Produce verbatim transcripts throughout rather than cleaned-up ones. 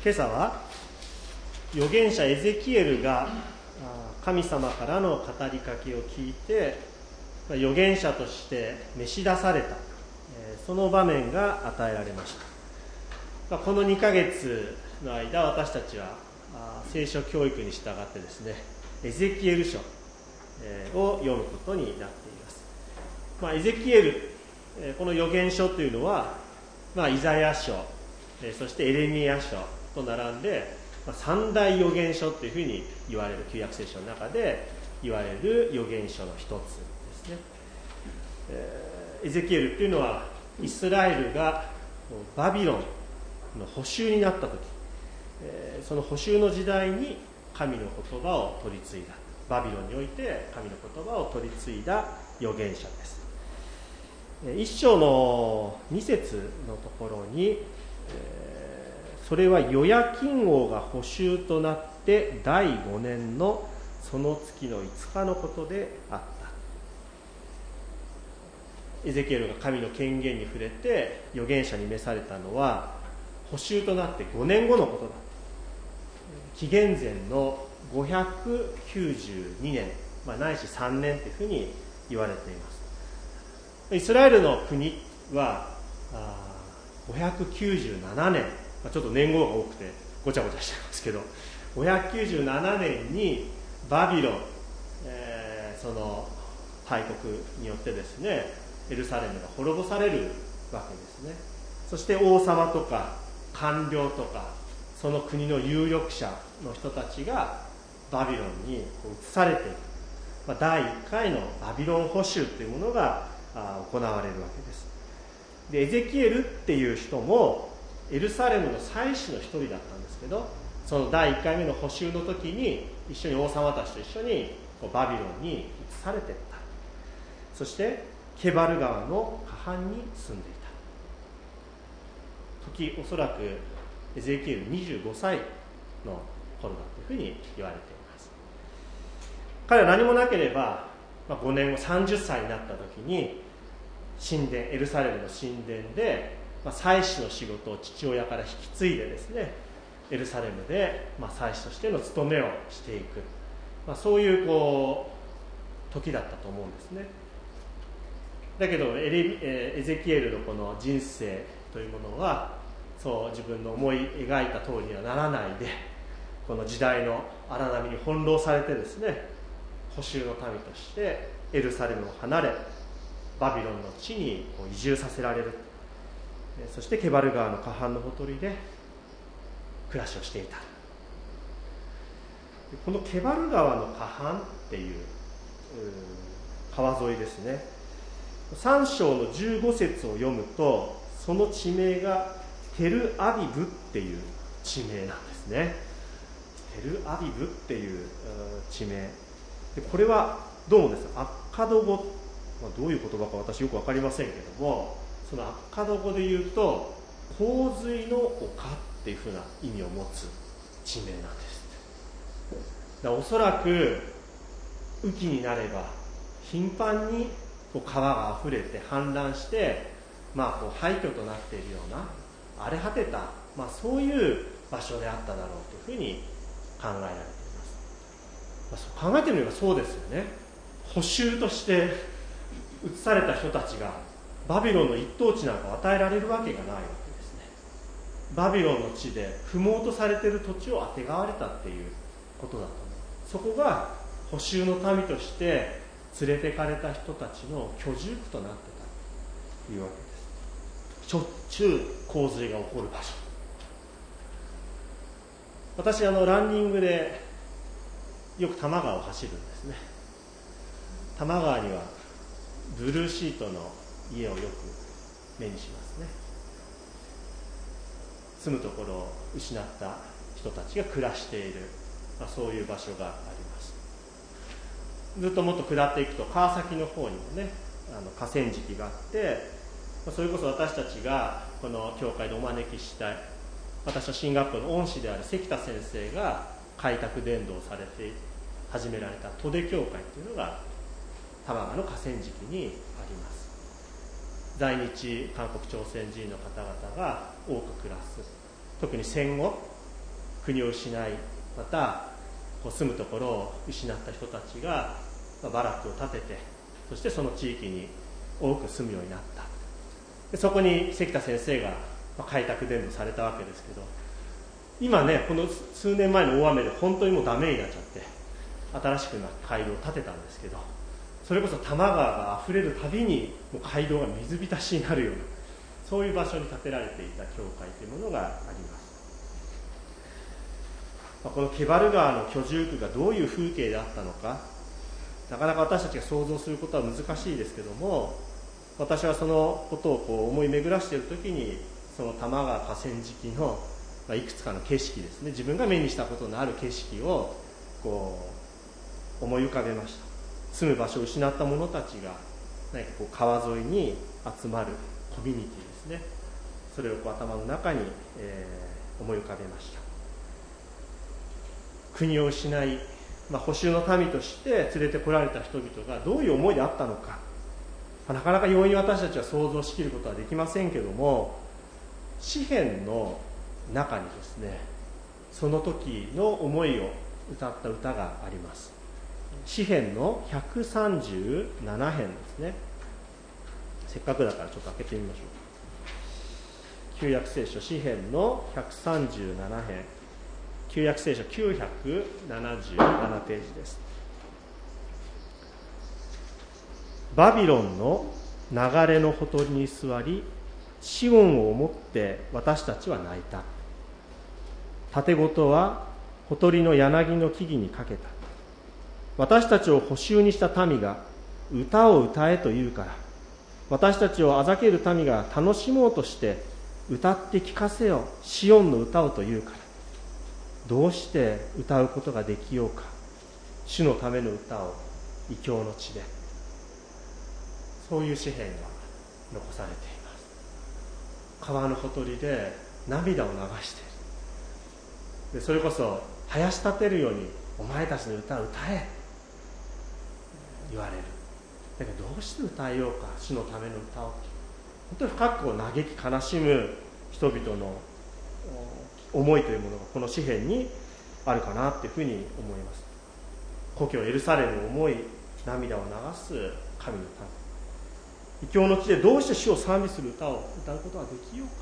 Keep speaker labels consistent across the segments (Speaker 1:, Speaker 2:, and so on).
Speaker 1: 今朝は預言者エゼキエルが神様からの語りかけを聞いて預言者として召し出された、その場面が与えられました。このにかげつの間、私たちは聖書教育に従ってですね、エゼキエル書を読むことになっています。まあ、エゼキエル、この預言書というのは、まあ、イザヤ書、そしてエレミヤ書と並んで、まあ、三大預言書というふうに言われる旧約聖書の中で言われる預言書の一つですね。エゼキエルというのはイスラエルがバビロンの捕囚になった時、その捕囚の時代に神の言葉を取り継いだ、バビロンにおいて神の言葉を取り継いだ預言者です。一章の二節のところに、それはヨヤキン王が捕囚となってだいごねんのその月のいつかのことであった。エゼキエルが神の権限に触れて預言者に召されたのは捕囚となってごねんごのことだ。紀元前のごひゃくきゅうじゅうにねん、まあ、ないしさんねんというふうに言われています。イスラエルの国はごひゃくきゅうじゅうななねん、ちょっと年号が多くてごちゃごちゃしてますけど、ごひゃくきゅうじゅうななねんにバビロン、えー、その大国によってですね、エルサレムが滅ぼされるわけですね。そして王様とか官僚とかその国の有力者の人たちがバビロンに移されていく、まあ、だいいっかいのバビロン捕囚というものが行われるわけです。でエゼキエルっていう人もエルサレムの祭司の一人だったんですけど、そのだいいっかいめの捕囚の時に一緒に王様たちと一緒にバビロンに移されていった。そしてケバル川の河畔に住んでいた時、おそらくエゼキエルにじゅうごさいの頃だというふうに言われています。彼は何もなければ、まあ、ごねんごさんじゅっさいになった時に神殿、エルサレムの神殿で、まあ、祭司の仕事を父親から引き継いでですね、エルサレムで、まあ、祭司としての務めをしていく、まあ、そういうこう時だったと思うんですね。だけどエレ、えー、エゼキエルのこの人生というものはそう自分の思い描いた通りにはならないで、この時代の荒波に翻弄されてですね、捕囚の民としてエルサレムを離れバビロンの地に移住させられる。そしてケバル川の河畔のほとりで暮らしをしていた。このケバル川の河岸っていう川沿いですね、さん章のじゅうご節を読むとその地名がテルアビブっていう地名なんですね。テルアビブっていう地名で、これはどうもですね、アッカド語、まあ、どういう言葉か私よく分かりませんけども、そのアッカド語で言うと洪水の丘っていうふうな意味を持つ地名なんです。だからおそらく雨季になれば頻繁にこう川があふれて氾濫して、まあ、こう廃墟となっているような荒れ果てた、まあ、そういう場所であっただろうというふうに考えられています。まあ、そう考えてみればそうですよね。捕囚として移された人たちがバビロンの一等地なんか与えられるわけがないわけですね。バビロンの地で不毛とされている土地をあてがわれたっていうことだと思う。そこが捕囚の民として連れてかれた人たちの居住区となってたというわけです。しょっちゅう洪水が起こる場所。私あのランニングでよく多摩川を走るんですね。多摩川にはブルーシートの家をよく目にしますね。住むところを失った人たちが暮らしている、まあ、そういう場所があります。ずっともっと下っていくと川崎の方にもね、あの河川敷があって、まあ、それこそ私たちがこの教会でお招きした私の進学校の恩師である関田先生が開拓伝道されて始められた戸出教会というのが多摩川の河川敷にあります。在日韓国朝鮮人の方々が多く暮らす、特に戦後国を失い、またこう住むところを失った人たちがバラックを建てて、そしてその地域に多く住むようになった。でそこに関田先生が開拓伝道されたわけですけど、今ね、この数年前の大雨で本当にもうダメになっちゃって新しくな街道を建てたんですけど、それこそ多摩川があふれるたびにもう街道が水浸しになるような、そういう場所に建てられていた教会というものがあります。このケバル川の居住区がどういう風景であったのか、なかなか私たちが想像することは難しいですけども、私はそのことをこう思い巡らしているときに、その多摩川河川敷のいくつかの景色ですね、自分が目にしたことのある景色をこう思い浮かべました。住む場所を失った者たちが何かこう川沿いに集まるコミュニティですね、それをこう頭の中に、えー、思い浮かべました。国を失い、まあ、捕囚の民として連れてこられた人々がどういう思いであったのか、まあ、なかなか容易に私たちは想像しきることはできませんけども、詩篇の中にですね、その時の思いを歌った歌があります。詩篇のひゃくさんじゅうなな編ですね。せっかくだからちょっと開けてみましょう。旧約聖書詩篇のひゃくさんじゅうなな編、旧約聖書きゅうひゃくななじゅうななページです。バビロンの流れのほとりに座り、シオンを思って私たちは泣いた。盾事はほとりの柳の木々にかけた。私たちを捕囚にした民が歌を歌えと言うから、私たちをあざける民が楽しもうとして歌って聞かせよ、シオンの歌をと言うから、どうして歌うことができようか、主のための歌を異教の地で。そういう詩篇が残されています。川のほとりで涙を流している。でそれこそ囃し立てるように、お前たちの歌を歌え言われる。だけどどうして歌えようか、主のための歌を。本当に深くこう嘆き悲しむ人々の思いというものがこの詩篇にあるかなというふうに思います。故郷エルサレムを思い涙を流す神の民、異教の地でどうして主を賛美する歌を歌うことができようか。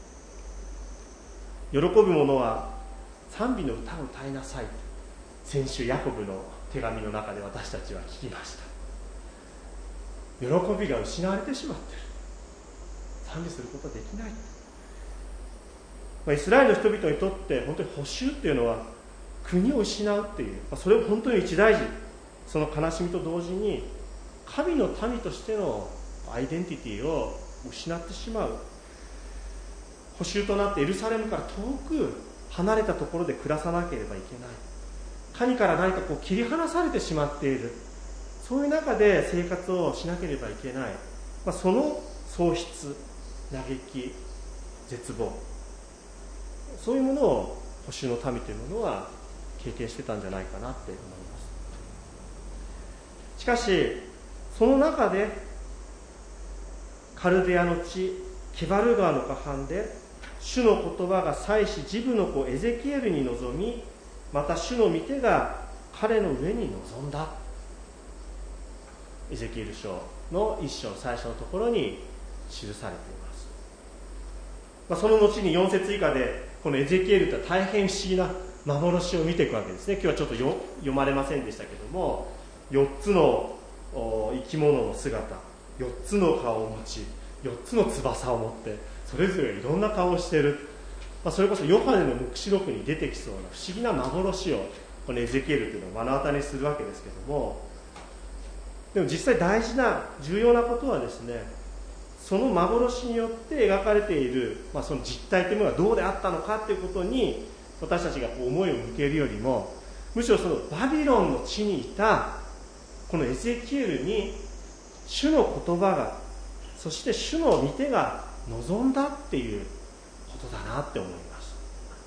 Speaker 1: 喜ぶ者は賛美の歌を歌いなさい、先週ヤコブの手紙の中で私たちは聞きました。喜びが失われてしまっている、賛美することはできない。まあ、イスラエルの人々にとって本当に捕囚っていうのは国を失うっていう、まあ、それを本当に一大事、その悲しみと同時に神の民としてのアイデンティティを失ってしまう。捕囚となってエルサレムから遠く離れたところで暮らさなければいけない、神から何かこう切り離されてしまっている、そういう中で生活をしなければいけない、まあ、その喪失、嘆き、絶望、そういうものを捕囚の民というものは経験してたんじゃないかなって思います。しかしその中でカルデアの地ケバル川の河畔で主の言葉が祭司ジブの子エゼキエルに臨み、また主の御手が彼の上に臨んだ。エゼキエル書の一章最初のところに記されています。まあ、その後によん節以下でこのエゼキエルとは大変不思議な幻を見ていくわけですね。今日はちょっとよ読まれませんでしたけども、よっつの生き物の姿、よっつの顔を持ち、よっつの翼を持ってそれぞれいろんな顔をしている、まあ、それこそヨハネの黙示録に出てきそうな不思議な幻をこのエゼキエルというのを目の当たりにするわけですけども、でも実際大事な重要なことはですね、その幻によって描かれている、まあ、その実態というものがどうであったのかということに私たちがこう思いを向けるよりも、むしろそのバビロンの地にいたこのエゼキエルに主の言葉が、そして主の御手が望んだっていうことだなって思います。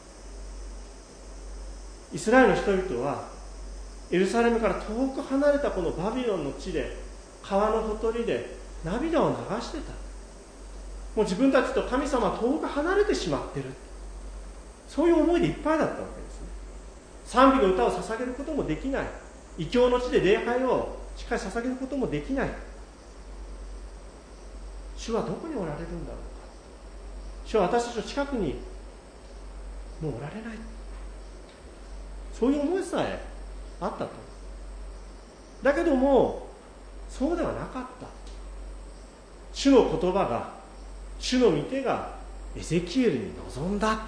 Speaker 1: イスラエルの人々はエルサレムから遠く離れたこのバビロンの地で川のほとりで涙を流してた。もう自分たちと神様は遠く離れてしまっている、 そういう思いでいっぱいだったわけですね。賛美の歌を捧げることもできない、異教の地で礼拝をしっかり捧げることもできない。主はどこにおられるんだろうか。主は私たちの近くにもうおられない、そういう思いさえあったと。だけどもそうではなかった。主の言葉が、主の御手がエゼキエルに臨んだ。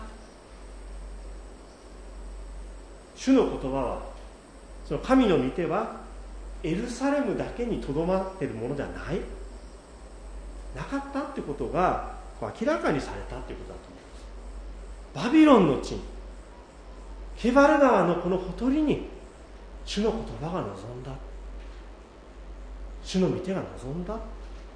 Speaker 1: 主の言葉は、その神の御手はエルサレムだけにとどまっているものではないなかったってことが明らかにされたということだと思います。バビロンの地に、ケバル川のこのほとりに主の言葉が臨んだ、主の御手が臨んだ。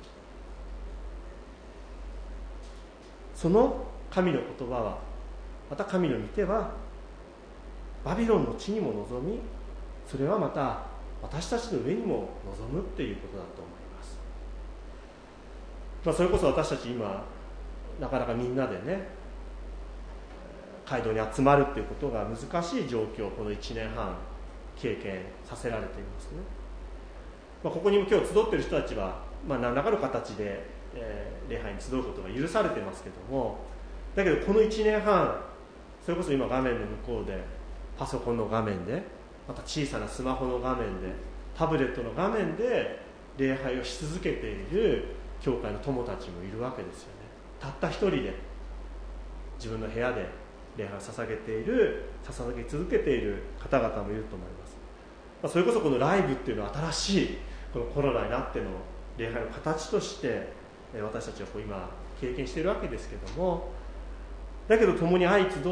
Speaker 1: その神の言葉は、また神の御手はバビロンの地にも臨み、それはまた私たちの上にも臨むっていうことだと思います。まあ、それこそ私たち今なかなかみんなでね街道に集まるっていうことが難しい状況をこのいちねんはん経験させられていますね。まあ、ここにも今日集っている人たちは、まあ、何らかの形で、えー、礼拝に集うことが許されていますけども、だけどこのいちねんはん、それこそ今画面の向こうでパソコンの画面で、また小さなスマホの画面で、タブレットの画面で礼拝をし続けている教会の友たちもいるわけですよね。たった一人で自分の部屋で礼拝を捧げている、捧げ続けている方々もいると思います。まあ、それこそこのライブっていうのは新しいこのコロナになっての礼拝の形として私たちはこう今経験しているわけですけども、だけど共に相集って、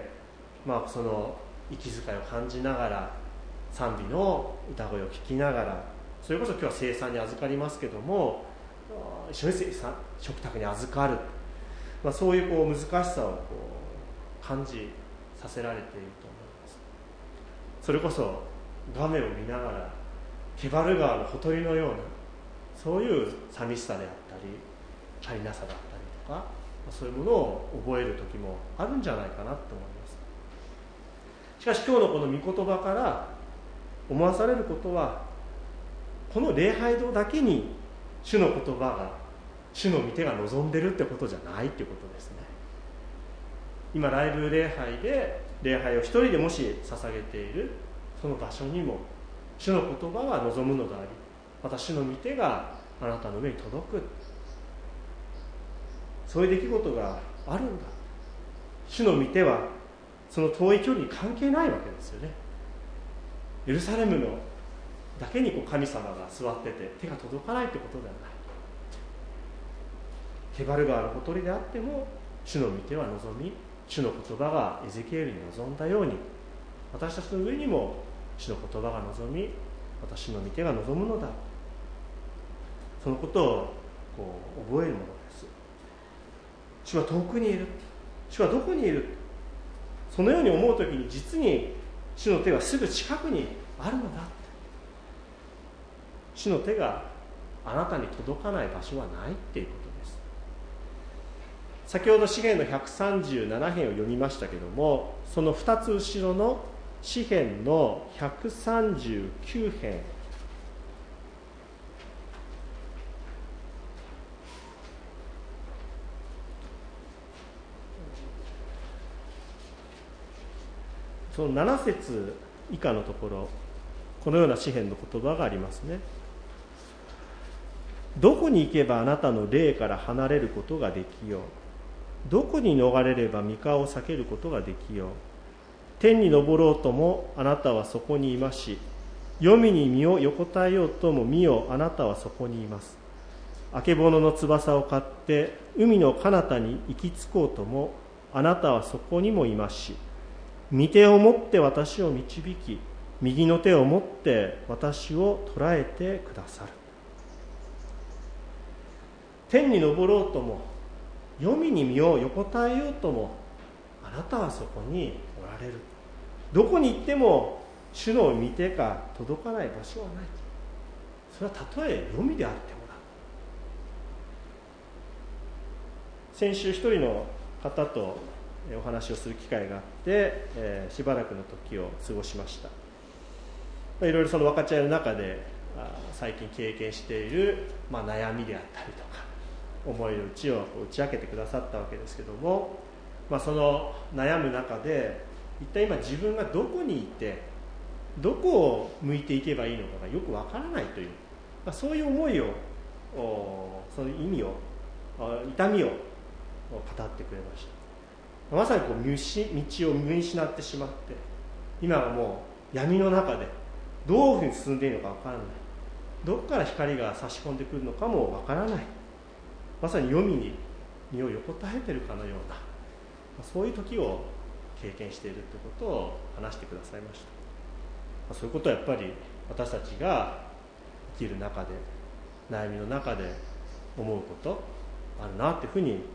Speaker 1: まあ、その息遣いを感じながら賛美の歌声を聞きながら、それこそ今日は聖餐に預かりますけども、一緒に食卓に預かる、まあ、そういうこう難しさをこう感じさせられていると思います。それこそ画面を見ながらケバル川のほとりのような、そういう寂しさであったり足りなさだったりとか、そういうものを覚える時もあるんじゃないかなと思います。しかし今日のこの御言葉から思わされることは、この礼拝堂だけに主の言葉が、主の御手が望んでるってことじゃないっていうことですね。今ライブ礼拝で礼拝を一人でもし捧げているその場所にも主の言葉が望むのであり、また主の御手があなたの上に届く、そういう出来事があるんだ。主の御手はその遠い距離に関係ないわけですよね。エルサレムのだけにこう神様が座ってて手が届かないってことではない。ケバル川のほとりであっても主の御手は望み、主の言葉がエゼキエルに望んだように、私たちの上にも主の言葉が望み、私の御手が望むのだ。そのことをこう覚えるものです。主は遠くにいる、主はどこにいる、そのように思うときに、実に主の手はすぐ近くにあるのだ。主の手があなたに届かない場所はないっていうことです。先ほど詩編のひゃくさんじゅうなな編を読みましたけども、そのふたつ後ろの詩編のひゃくさんじゅうきゅう編、そのなな節以下のところ、このような詩編の言葉がありますね。どこに行けばあなたの霊から離れることができよう。どこに逃れれば御顔を避けることができよう。天に昇ろうともあなたはそこにいますし、黄泉に身を横たえようとも見よあなたはそこにいます。あけぼのの翼を買って海の彼方に行き着こうともあなたはそこにもいますし、御手を持って私を導き、右の手を持って私を捉えてくださる。天に昇ろうとも黄泉に身を横たえようともあなたはそこにおられる。どこに行っても主の御手が届かない場所はない。それはたとえ黄泉であってもだ。先週一人の方とお話をする機会があって、えー、しばらくの時を過ごしました。いろいろその分かち合いの中で最近経験している、まあ、悩みであったりとか思いの内を打ち明けてくださったわけですけども、まあ、その悩む中で一体今自分がどこにいてどこを向いていけばいいのかがよくわからないという、まあ、そういう思いを、その意味を、痛みを語ってくれました。まさにこう道を見失ってしまって、今はもう闇の中でどういうふうに進んでいいのかわからない、どこから光が差し込んでくるのかもわからない、まさに黄泉に身を横たえているかのような、そういう時を経験しているということを話してくださいました。そういうことはやっぱり私たちが生きる中で、悩みの中で思うことあるなというふうに思います。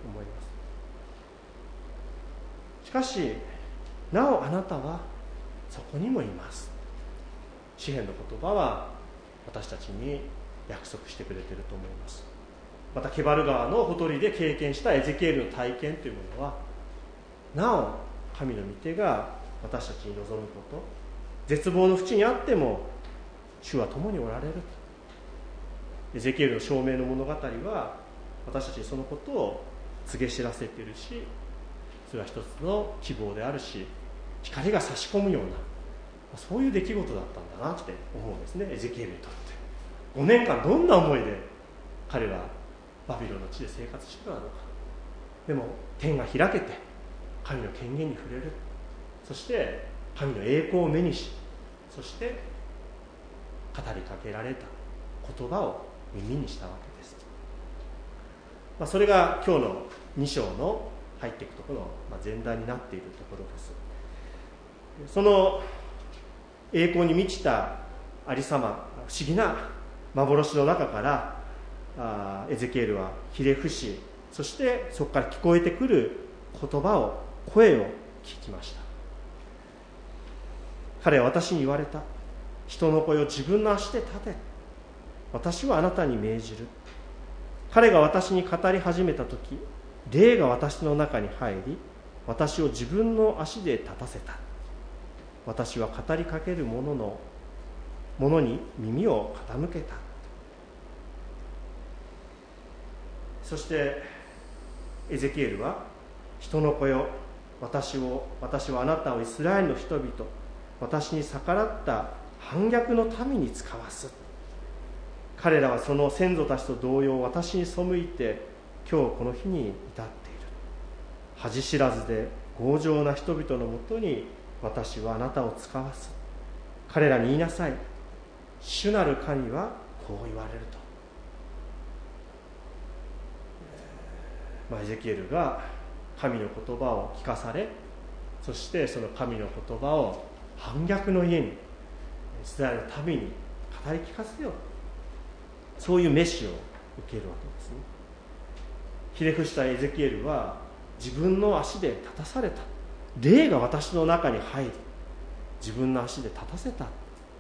Speaker 1: しかしなおあなたはそこにもいます。詩篇の言葉は私たちに約束してくれていると思います。またケバル川のほとりで経験したエゼキエルの体験というものは、なお神の御手が私たちに望むこと、絶望の淵にあっても主は共におられる。エゼキエルの証明の物語は私たちにそのことを告げ知らせているし、それは一つの希望であるし、光が差し込むような、そういう出来事だったんだなって思うんですね。エゼキエルにとってごねんかんどんな思いで彼はバビロンの地で生活してたのか。でも天が開けて神の権限に触れる、そして神の栄光を目にし、そして語りかけられた言葉を耳にしたわけです。まあ、それが今日のに章の入っていくところの前段になっているところです。その栄光に満ちたありさま、不思議な幻の中からあエゼキエルはひれ伏し、そしてそこから聞こえてくる言葉を、声を聞きました。彼は私に言われた。人の子よ、自分の足で立て。私はあなたに命じる。彼が私に語り始めたとき、霊が私の中に入り、私を自分の足で立たせた。私は語りかける者のものに耳を傾けた。そしてエゼキエルは、人の子よ、私を私はあなたをイスラエルの人々、私に逆らった反逆の民に使わす。彼らはその先祖たちと同様、私に背いて今日この日に至っている。恥知らずで強情な人々のもとに私はあなたを使わす。彼らに言いなさい。主なる神はこう言われると。まあ、エゼキエルが神の言葉を聞かされ、そしてその神の言葉を反逆の家に、イスラエルの民に語り聞かせよう、そういう召しを受けるわけですね。ひれ伏したエゼキエルは自分の足で立たされた。霊が私の中に入り、自分の足で立たせた。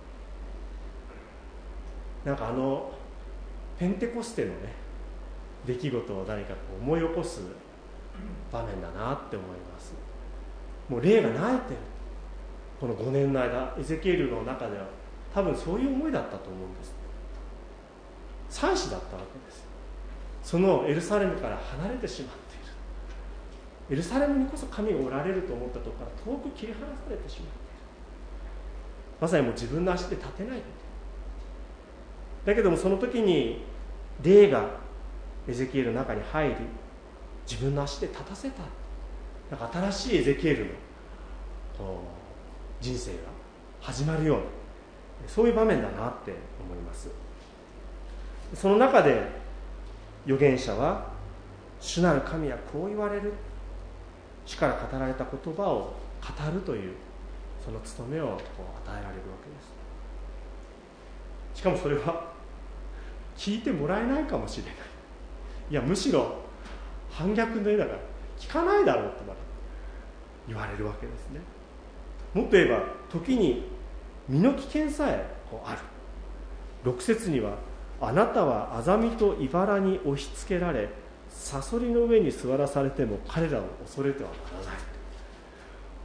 Speaker 1: なんかあのペンテコステのね出来事を何かこう思い起こす場面だなって思います。もう霊が萎えてる。このごねんの間、エゼキエルの中では多分そういう思いだったと思うんです。祭司だったわけです。そのエルサレムから離れてしまっている。エルサレムにこそ神がおられると思ったところから遠く切り離されてしまっている。まさにもう自分の足で立てない。だけどもその時に霊がエゼキエルの中に入り、自分の足で立たせた。なんか新しいエゼキエルのこう人生が始まるような、そういう場面だなって思います。その中で預言者は、主なる神はこう言われる、主から語られた言葉を語るというその務めをこう与えられるわけです。しかもそれは聞いてもらえないかもしれない。いやむしろ反逆の絵だから聞かないだろうとまで言われるわけですね。もっと言えば時に身の危険さえこうある。ろく節には、あなたはアザミと茨に押し付けられ、サソリの上に座らされても彼らを恐れてはならない。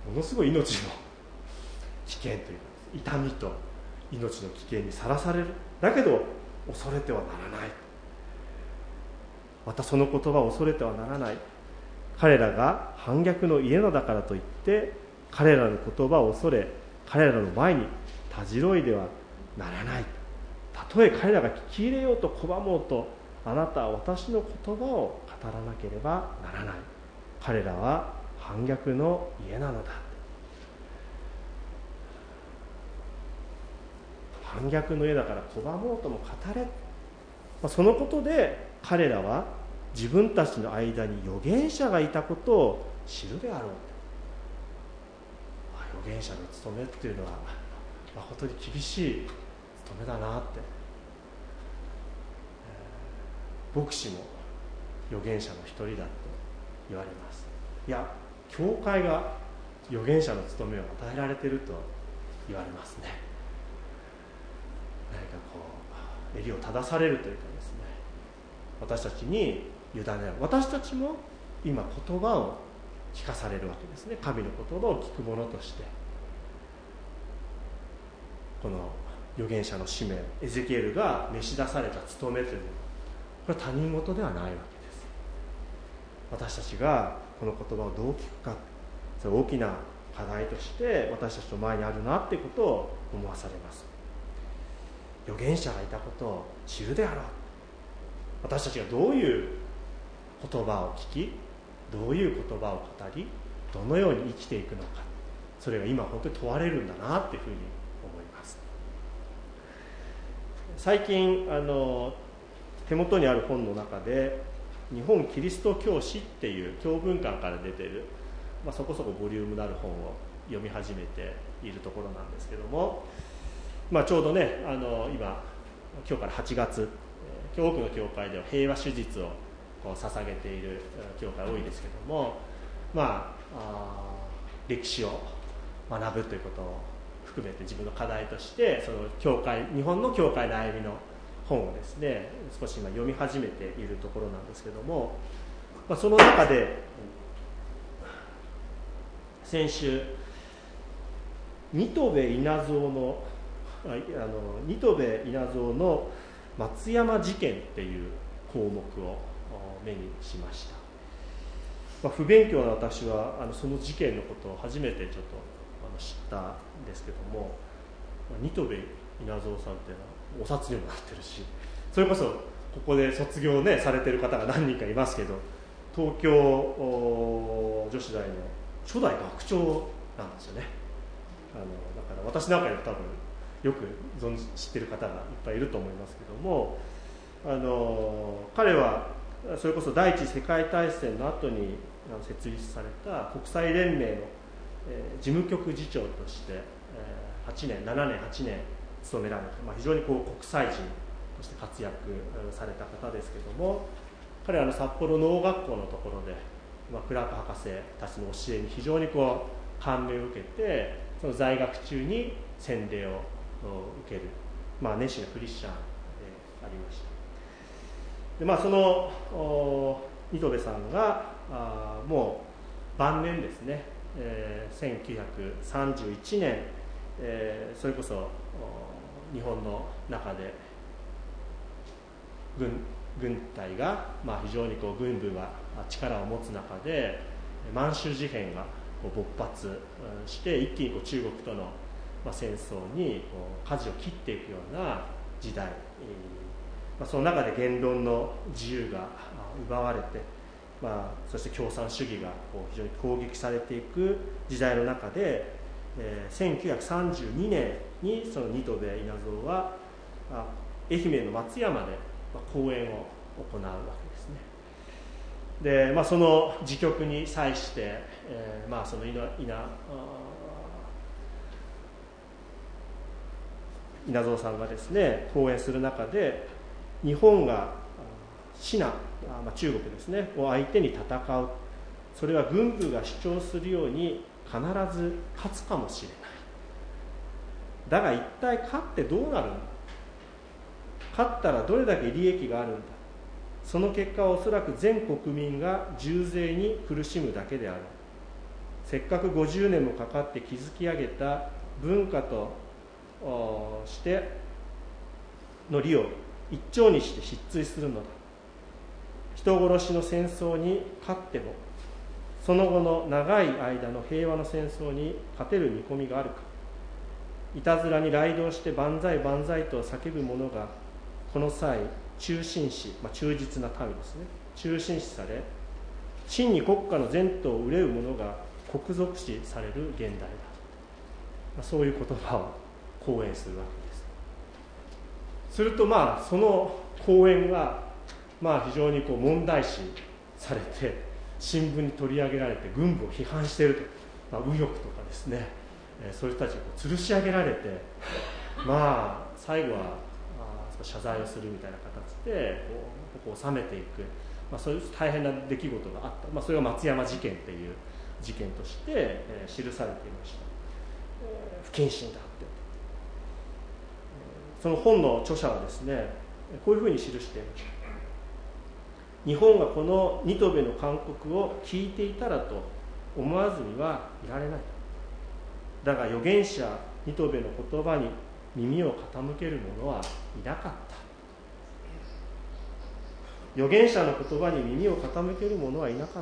Speaker 1: ものすごい命の危険というか、痛みと命の危険にさらされる。だけど恐れてはならない。またその言葉を恐れてはならない。彼らが反逆の家のだからといって彼らの言葉を恐れ彼らの前にたじろいではならない。たとえ彼らが聞き入れようと拒もうと、あなたは私の言葉を語らなければならない。彼らは反逆の家なのだ。反逆の家だから拒もうとも語れ。そのことで彼らは自分たちの間に預言者がいたことを知るであろう。預言者の務めっていうのは誠に厳しい務めだなって。牧師も預言者の一人だと言われます。いや、教会が預言者の務めを与えられていると言われますね。何かこう襟を正されるというかですね、私たちに委ねる。私たちも今言葉を聞かされるわけですね。神の言葉を聞く者として、この預言者の使命、エゼキエルが召し出された務めというのは、これは他人事ではないわけです。私たちがこの言葉をどう聞くか、それは大きな課題として私たちの前にあるなっていうことを思わされます。預言者がいたことを知るであろう。私たちがどういう言葉を聞き、どういう言葉を語り、どのように生きていくのか、それが今本当に問われるんだなっていうふうに思います。最近あの手元にある本の中で日本キリスト教史っていう教文館から出ている、まあ、そこそこボリュームのある本を読み始めているところなんですけども、まあ、ちょうどねあの今今日からはちがつ、多くの教会では平和手術をこう捧げている教会多いですけども、まあ、あ歴史を学ぶということを含めて自分の課題としてその教会日本の教会の歩みの本をですね少し今読み始めているところなんですけども、まあ、その中で先週新渡戸稲造のあの新渡戸稲造の松山事件っていう項目を目にしました。まあ、不勉強な私はあのその事件のことを初めてちょっとあの知ったんですけども、新渡戸稲造さんっていうのはお札にもなってるし、それこそここで卒業ねされてる方が何人かいますけど、東京女子大の初代学長なんですよね。あのだから私なんかより多分よく存じ知ってる方がいっぱいいると思いますけども、あの彼はそれこそ第一次世界大戦の後に設立された国際連盟の、えー、事務局次長として、えー、はちねんななねんはちねん務められて、まあ、非常にこう国際人として活躍された方ですけども、彼はあの札幌農学校のところで、まあ、クラーク博士たちの教えに非常にこう感銘を受けて、その在学中に洗礼を受ける、まあ、熱心なクリスチャンでありました。で、まあ、その新渡戸さんがあもう晩年ですね、えー、せんきゅうひゃくさんじゅういちねん、えー、それこそ日本の中で 軍, 軍隊が、まあ、非常にこう軍部が力を持つ中で満州事変がこう勃発して一気にこう中国との、まあ、戦争にこう舵を切っていくような時代、まあ、その中で言論の自由が奪われて、まあ、そして共産主義がこう非常に攻撃されていく時代の中で、えー、せんきゅうひゃくさんじゅうにねんにその新渡戸稲造は愛媛の松山で講演を行うわけですね。で、まあ、その時局に際して、えーまあ、その稲稲造さんがですね講演する中で、日本が支那、まあ、中国ですねを相手に戦う、それは軍部が主張するように必ず勝つかもしれない。だが一体勝ってどうなるんだ、勝ったらどれだけ利益があるんだ、その結果はおそらく全国民が重税に苦しむだけである。 せっかくごじゅうねんもかかって築き上げた文化としての利を一丁にして失墜するのだ。人殺しの戦争に勝ってもその後の長い間の平和の戦争に勝てる見込みがあるか。いたずらに雷動して万歳万歳と叫ぶ者がこの際忠心視、まあ、忠実な民ですね、忠心視され、真に国家の前途を憂う者が国賊視される現代だ、まあ、そういう言葉を講演するわけです。するとまあその講演がまあ非常にこう問題視されて新聞に取り上げられて軍部を批判していると、まあ、右翼とかですね、えー、そういう人たちがこう吊るし上げられて、まあ最後はあ謝罪をするみたいな形でこうここを収めていく、まあ、そういう大変な出来事があった、まあ、それが松山事件っていう事件として、えー、記されていました。えー、不謹慎だって、その本の著者はですねこういうふうに記していました。日本がこのニトベの勧告を聞いていたらと思わずにはいられない。だが預言者ニトベの言葉に耳を傾ける者はいなかった。預言者の言葉に耳を傾ける者はいなかった。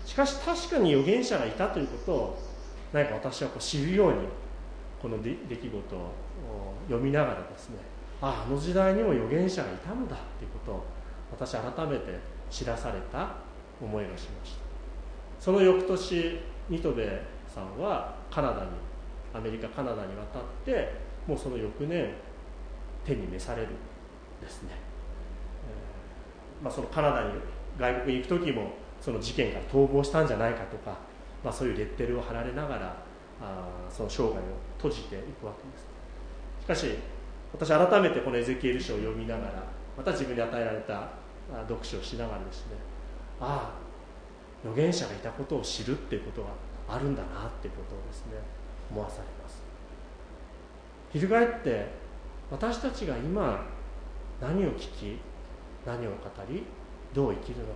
Speaker 1: しかし確かに預言者がいたということを何か私はこう知るようにこの出来事を読みながらですね、ああ、あの時代にも預言者がいたのだということを私改めて知らされた思いがしました。その翌年ニトベさんはカナダにアメリカカナダに渡ってもうその翌年手に召されるんですね。えーまあ、そのカナダに外国に行く時もその事件から逃亡したんじゃないかとか、まあ、そういうレッテルを貼られながらあその生涯を閉じていくわけです。しかし私改めてこのエゼキエル書を読みながらまた自分に与えられた読書をしながらですね、ああ預言者がいたことを知るっていうことがあるんだなっていうことをですね思わされます。翻って私たちが今何を聞き何を語りどう生きるのか、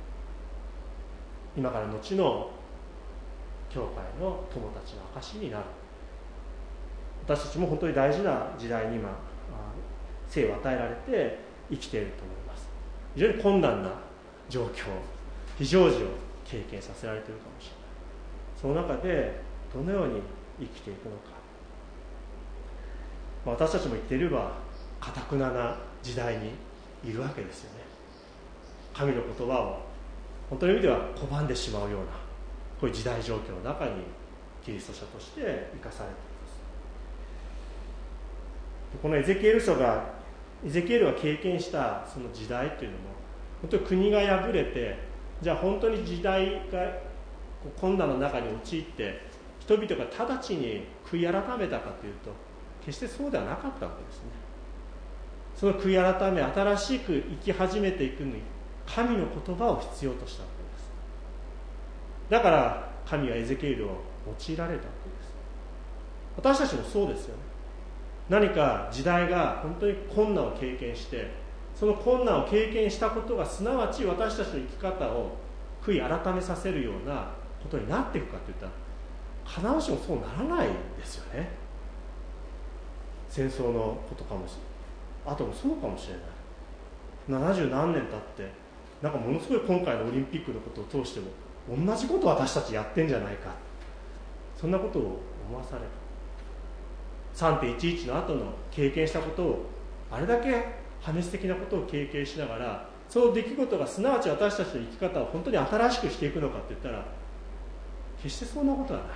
Speaker 1: 今から後の教会の友たちの証になる。私たちも本当に大事な時代に今生を与えられて生きていると思います。非常に困難な状況、非常時を経験させられているかもしれない。その中でどのように生きていくのか、まあ、私たちも言っていれば堅くなな時代にいるわけですよね。神の言葉を本当の意味では拒んでしまうようなこういう時代状況の中にキリスト者として生かされています。このエゼキエル書がエゼキエルが経験したその時代というのも本当に国が破れて、じゃあ本当に時代が困難の中に陥って人々が直ちに悔い改めたかというと決してそうではなかったわけですね。その悔い改め新しく生き始めていくのに神の言葉を必要としたわけです。だから神はエゼキエルを用いられたわけです。私たちもそうですよね。何か時代が本当に困難を経験してその困難を経験したことがすなわち私たちの生き方を悔い改めさせるようなことになっていくかといったら必ずしもそうならないですよね。戦争のことかもしれない、あともそうかもしれない、ななじゅうなんねん経ってなんかものすごい今回のオリンピックのことを通しても同じことを私たちやってんじゃないか、そんなことを思わされる。さんてんいちいちの後の経験したことをあれだけ破滅的なことを経験しながらその出来事がすなわち私たちの生き方を本当に新しくしていくのかって言ったら決してそんなことはない。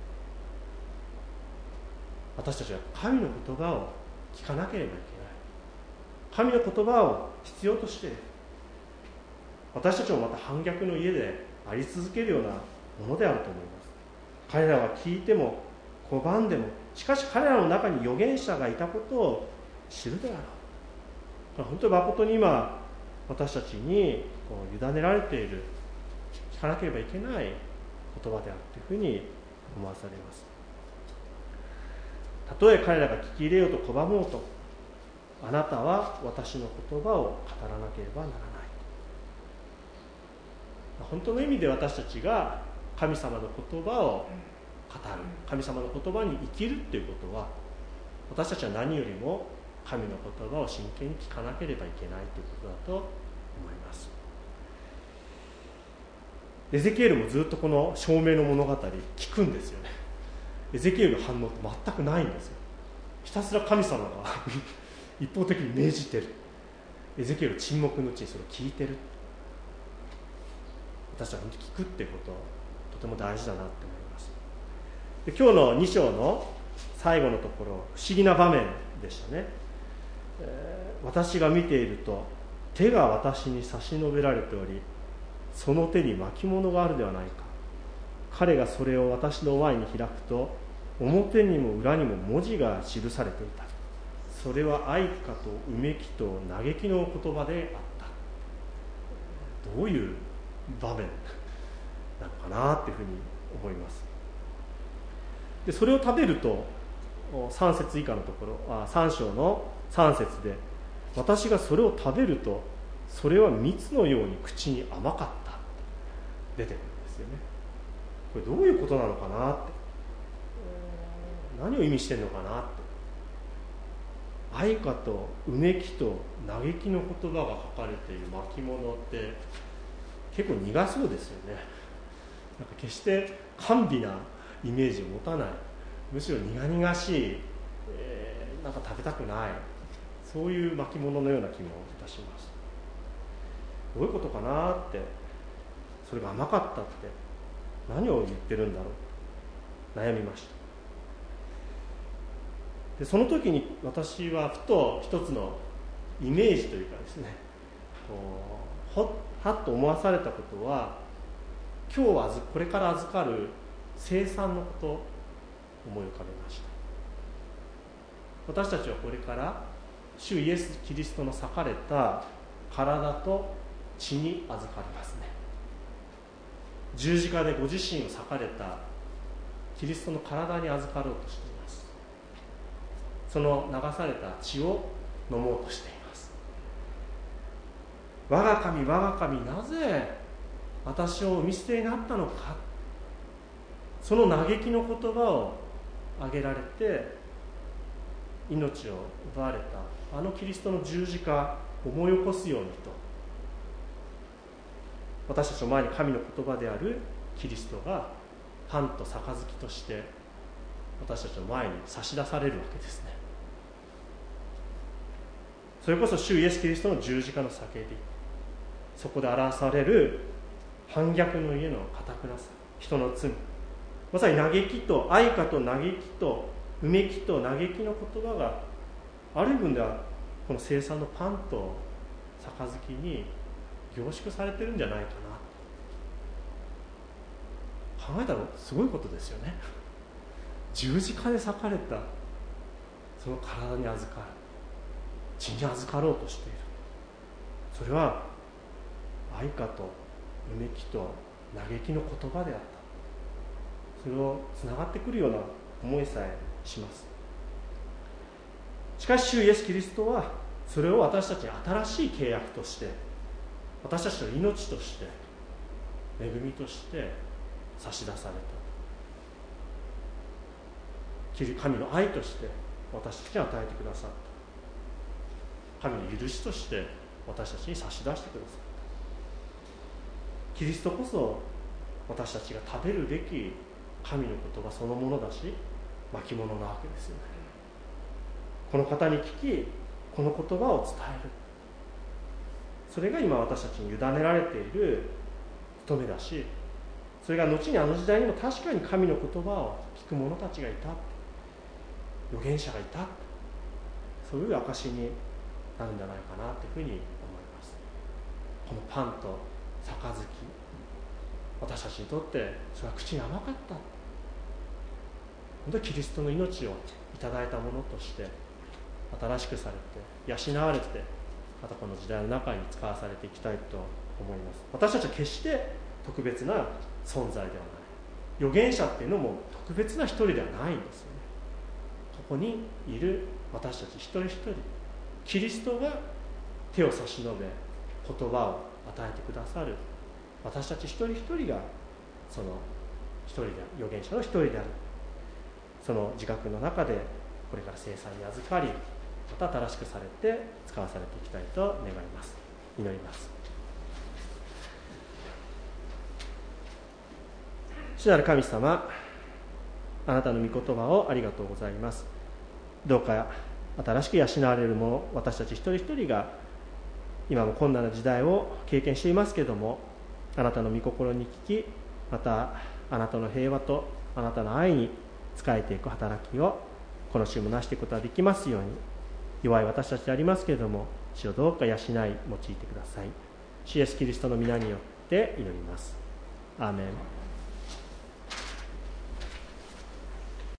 Speaker 1: 私たちは神の言葉を聞かなければいけない。神の言葉を必要としている。私たちもまた反逆の家であり続けるようなものであると思います。彼らは聞いても拒んでも、しかし彼らの中に預言者がいたことを知るであろう。本当に誠に今私たちにこう委ねられている、聞かなければいけない言葉であるというふうに思わされます。たとえ彼らが聞き入れようと拒もうと、あなたは私の言葉を語らなければならない。本当の意味で私たちが神様の言葉を語る、神様の言葉に生きるっていうことは、私たちは何よりも神の言葉を真剣に聞かなければいけないということだと思います。エゼキエルもずっとこの証明の物語聞くんですよね。エゼキエルの反応って全くないんですよ。ひたすら神様が一方的に命じてる。エゼキエル沈黙のうちにそれを聞いてる。私は本当に聞くっていうことはとても大事だなって思います。で、今日のに章の最後のところ、不思議な場面でしたね。えー、私が見ていると手が私に差し伸べられており、その手に巻物があるではないか。彼がそれを私の前に開くと、表にも裏にも文字が記されていた。それは愛歌とうめきと嘆きの言葉であった。どういう場面なのかなっていうふうに思います。で、それを食べるとさん節以下のところ、あさん章のさん節で、私がそれを食べるとそれは蜜のように口に甘かった、出てくるんですよね。これどういうことなのかなって、何を意味してるのかなって。愛歌とうめきと嘆きの言葉が書かれている巻物って結構苦そうですよね。なんか決して甘美なイメージを持たない、むしろ苦々しい、えー、なんか食べたくない、そういう巻物のような気もいたします。どういうことかなって、それが甘かったって何を言ってるんだろう、悩みました。で、その時に私はふと一つのイメージというかですね、こうはっと思わされたことは、今日はこれから預かる生産のことを思い浮かべました。私たちはこれから主イエス・キリストの裂かれた体と血に預かりますね。十字架でご自身を裂かれたキリストの体に預かろうとしています。その流された血を飲もうとしています。我が神、我が神、なぜ私をお見捨てになったのか。その嘆きの言葉を挙げられて命を奪われたあのキリストの十字架を思い起こすようにと、私たちの前に神の言葉であるキリストがパンと杯として私たちの前に差し出されるわけですね。それこそ主イエス・キリストの十字架の叫び、そこで表される反逆の家の堅くなさ、人の罪、まさに嘆きと愛歌と嘆きとうめきと嘆きの言葉がある分ではこの聖餐のパンと杯に凝縮されてるんじゃないかな。考えたらすごいことですよね。十字架で裂かれたその体に預かる、血に預かろうとしている。それは愛歌とうめきと嘆きの言葉であった。それをつながってくるような思いさえします。しかし主イエスキリストはそれを私たちに新しい契約として、私たちの命として、恵みとして差し出された。神の愛として私たちに与えてくださった。神の許しとして私たちに差し出してくださった。キリストこそ私たちが食べるべき神の言葉そのものだし、巻物なわけですよね。この方に聞き、この言葉を伝える、それが今私たちに委ねられている務めだし、それが後にあの時代にも確かに神の言葉を聞く者たちがいた、預言者がいた、そういう証になるんじゃないかなというふうに思います。このパンと杯、私たちにとってそれは口に甘かった。本当にキリストの命をいただいたものとして新しくされて養われて、またこの時代の中に使わされていきたいと思います。私たちは決して特別な存在ではない。預言者っていうのも特別な一人ではないんですよね。ここにいる私たち一人一人、キリストが手を差し伸べ言葉を与えてくださる、私たち一人一人がその一人である、預言者の一人である、その自覚の中でこれから聖餐に預かり、また新しくされて使わされていきたいと願います。祈ります。主なる神様、あなたの御言葉をありがとうございます。どうか新しく養われるもの、私たち一人一人が今も困難な時代を経験していますけれども、あなたの御心に聞き、またあなたの平和とあなたの愛に仕えていく働きをこの週もなしていくことができますように、弱い私たちでありますけれども、主をどうか養い用いてください。主イエスキリストの皆によって祈ります。アーメン。